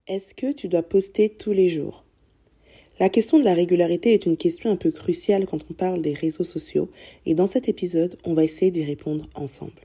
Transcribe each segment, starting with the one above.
Est-ce que tu dois poster tous les jours? La question de la régularité est une question un peu cruciale quand on parle des réseaux sociaux et dans cet épisode, on va essayer d'y répondre ensemble.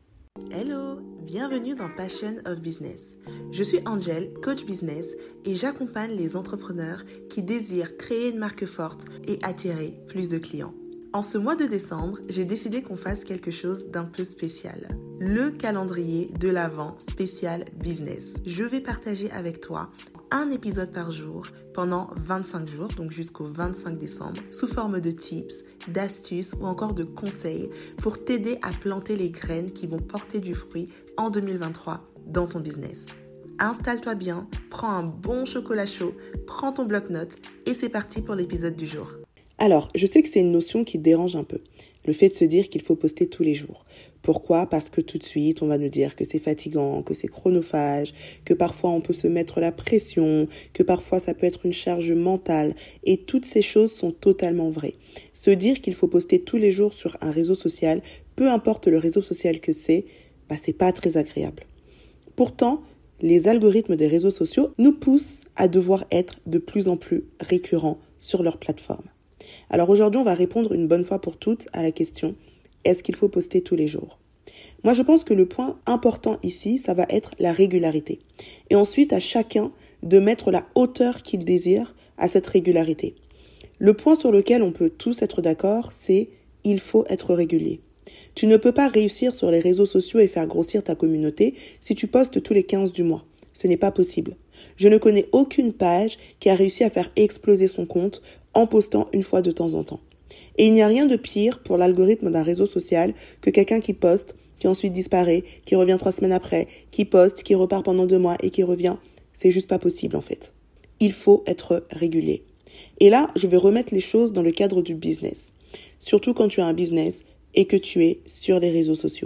Hello, bienvenue dans Passion of Business. Je suis Angel, coach business et j'accompagne les entrepreneurs qui désirent créer une marque forte et attirer plus de clients. En ce mois de décembre, j'ai décidé qu'on fasse quelque chose d'un peu spécial. Le calendrier de l'Avent spécial business. Je vais partager avec toi un épisode par jour pendant 25 jours, donc jusqu'au 25 décembre, sous forme de tips, d'astuces ou encore de conseils pour t'aider à planter les graines qui vont porter du fruit en 2023 dans ton business. Installe-toi bien, prends un bon chocolat chaud, prends ton bloc-notes et c'est parti pour l'épisode du jour. Alors, je sais que c'est une notion qui dérange un peu, le fait de se dire qu'il faut poster tous les jours. Pourquoi? Parce que tout de suite, on va nous dire que c'est fatigant, que c'est chronophage, que parfois on peut se mettre la pression, que parfois ça peut être une charge mentale. Et toutes ces choses sont totalement vraies. Se dire qu'il faut poster tous les jours sur un réseau social, peu importe le réseau social que c'est pas très agréable. Pourtant, les algorithmes des réseaux sociaux nous poussent à devoir être de plus en plus récurrents sur leur plateforme. Alors aujourd'hui, on va répondre une bonne fois pour toutes à la question: est-ce qu'il faut poster tous les jours? Moi, je pense que le point important ici, ça va être la régularité. Et ensuite, à chacun de mettre la hauteur qu'il désire à cette régularité. Le point sur lequel on peut tous être d'accord, c'est il faut être régulier. Tu ne peux pas réussir sur les réseaux sociaux et faire grossir ta communauté si tu postes tous les 15 du mois. Ce n'est pas possible. Je ne connais aucune page qui a réussi à faire exploser son compte en postant une fois de temps en temps. Et il n'y a rien de pire pour l'algorithme d'un réseau social que quelqu'un qui poste, qui ensuite disparaît, qui revient 3 semaines après, qui poste, qui repart pendant 2 mois et qui revient. C'est juste pas possible en fait. Il faut être régulier. Et là, je vais remettre les choses dans le cadre du business. Surtout quand tu as un business et que tu es sur les réseaux sociaux.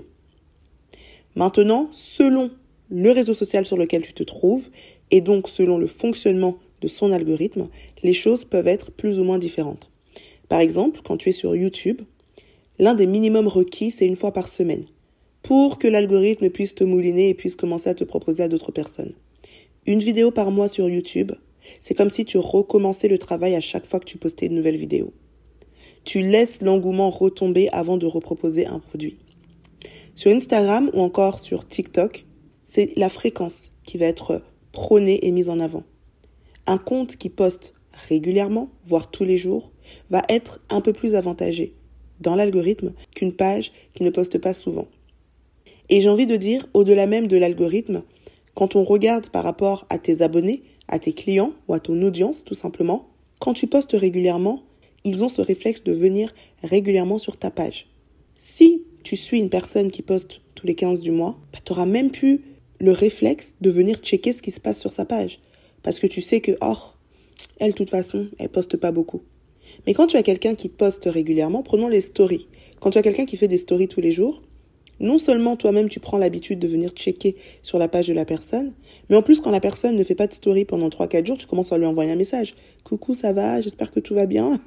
Maintenant, selon le réseau social sur lequel tu te trouves et donc selon le fonctionnement de son algorithme, les choses peuvent être plus ou moins différentes. Par exemple, quand tu es sur YouTube, l'un des minimums requis, c'est 1 fois par semaine, pour que l'algorithme puisse te mouliner et puisse commencer à te proposer à d'autres personnes. 1 vidéo par mois sur YouTube, c'est comme si tu recommençais le travail à chaque fois que tu postais une nouvelle vidéo. Tu laisses l'engouement retomber avant de reproposer un produit. Sur Instagram ou encore sur TikTok, c'est la fréquence qui va être prônée et mise en avant. Un compte qui poste régulièrement, voire tous les jours, va être un peu plus avantagé dans l'algorithme qu'une page qui ne poste pas souvent. Et j'ai envie de dire, au-delà même de l'algorithme, quand on regarde par rapport à tes abonnés, à tes clients ou à ton audience tout simplement, quand tu postes régulièrement, ils ont ce réflexe de venir régulièrement sur ta page. Si tu suis une personne qui poste tous les 15 du mois, tu n'auras même plus le réflexe de venir checker ce qui se passe sur sa page. Parce que tu sais que, elle, de toute façon, elle poste pas beaucoup. Mais quand tu as quelqu'un qui poste régulièrement, prenons les stories. Quand tu as quelqu'un qui fait des stories tous les jours, non seulement toi-même tu prends l'habitude de venir checker sur la page de la personne, mais en plus quand la personne ne fait pas de story pendant 3-4 jours, tu commences à lui envoyer un message. Coucou, ça va? J'espère que tout va bien.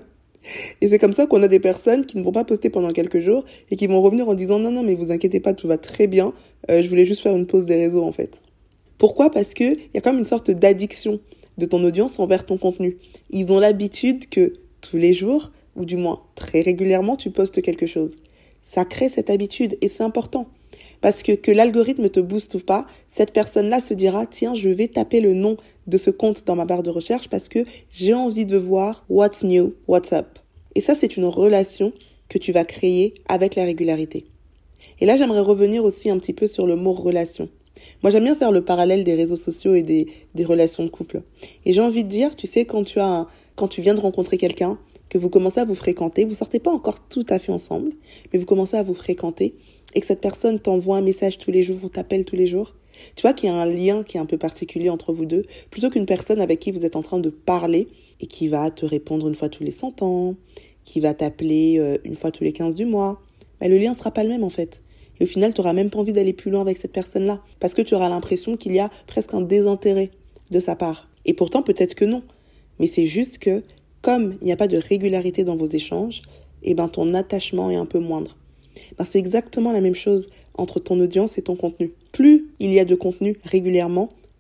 Et c'est comme ça qu'on a des personnes qui ne vont pas poster pendant quelques jours et qui vont revenir en disant non, mais vous inquiétez pas, tout va très bien. Je voulais juste faire une pause des réseaux en fait. Pourquoi? Parce qu'il y a comme une sorte d'addiction de ton audience envers ton contenu. Ils ont l'habitude que tous les jours, ou du moins très régulièrement, tu postes quelque chose. Ça crée cette habitude et c'est important. Parce que l'algorithme te booste ou pas, cette personne-là se dira, tiens, je vais taper le nom de ce compte dans ma barre de recherche parce que j'ai envie de voir what's new, what's up. Et ça, c'est une relation que tu vas créer avec la régularité. Et là, j'aimerais revenir aussi un petit peu sur le mot relation. Moi, j'aime bien faire le parallèle des réseaux sociaux et des relations de couple. Et j'ai envie de dire, tu sais, quand tu viens de rencontrer quelqu'un, que vous commencez à vous fréquenter, vous sortez pas encore tout à fait ensemble, mais vous commencez à vous fréquenter et que cette personne t'envoie un message tous les jours ou t'appelle tous les jours, tu vois qu'il y a un lien qui est un peu particulier entre vous deux, plutôt qu'une personne avec qui vous êtes en train de parler et qui va te répondre 1 fois tous les 100 ans, qui va t'appeler 1 fois tous les 15 du mois. Le lien sera pas le même en fait. Et au final, tu n'auras même pas envie d'aller plus loin avec cette personne-là, parce que tu auras l'impression qu'il y a presque un désintérêt de sa part. Et pourtant, peut-être que non. Mais c'est juste que, comme il n'y a pas de régularité dans vos échanges, ton attachement est un peu moindre. C'est exactement la même chose entre ton audience et ton contenu. Plus il y a de contenu régulièrement,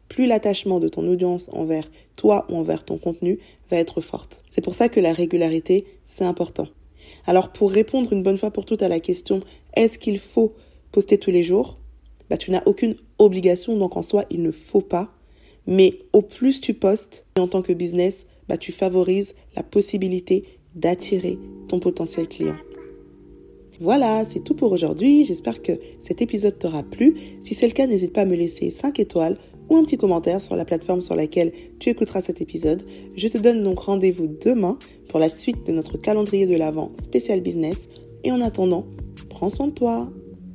plus l'attachement de ton audience envers toi ou envers ton contenu va être forte. C'est pour ça que la régularité, c'est important. Alors pour répondre une bonne fois pour toutes à la question « Est-ce qu'il faut poster tous les jours ?» Tu n'as aucune obligation, donc en soi, il ne faut pas. Mais au plus tu postes, en tant que business, tu favorises la possibilité d'attirer ton potentiel client. Voilà, c'est tout pour aujourd'hui. J'espère que cet épisode t'aura plu. Si c'est le cas, n'hésite pas à me laisser 5 étoiles ou un petit commentaire sur la plateforme sur laquelle tu écouteras cet épisode. Je te donne donc rendez-vous demain pour la suite de notre calendrier de l'Avent spécial business. Et en attendant, prends soin de toi.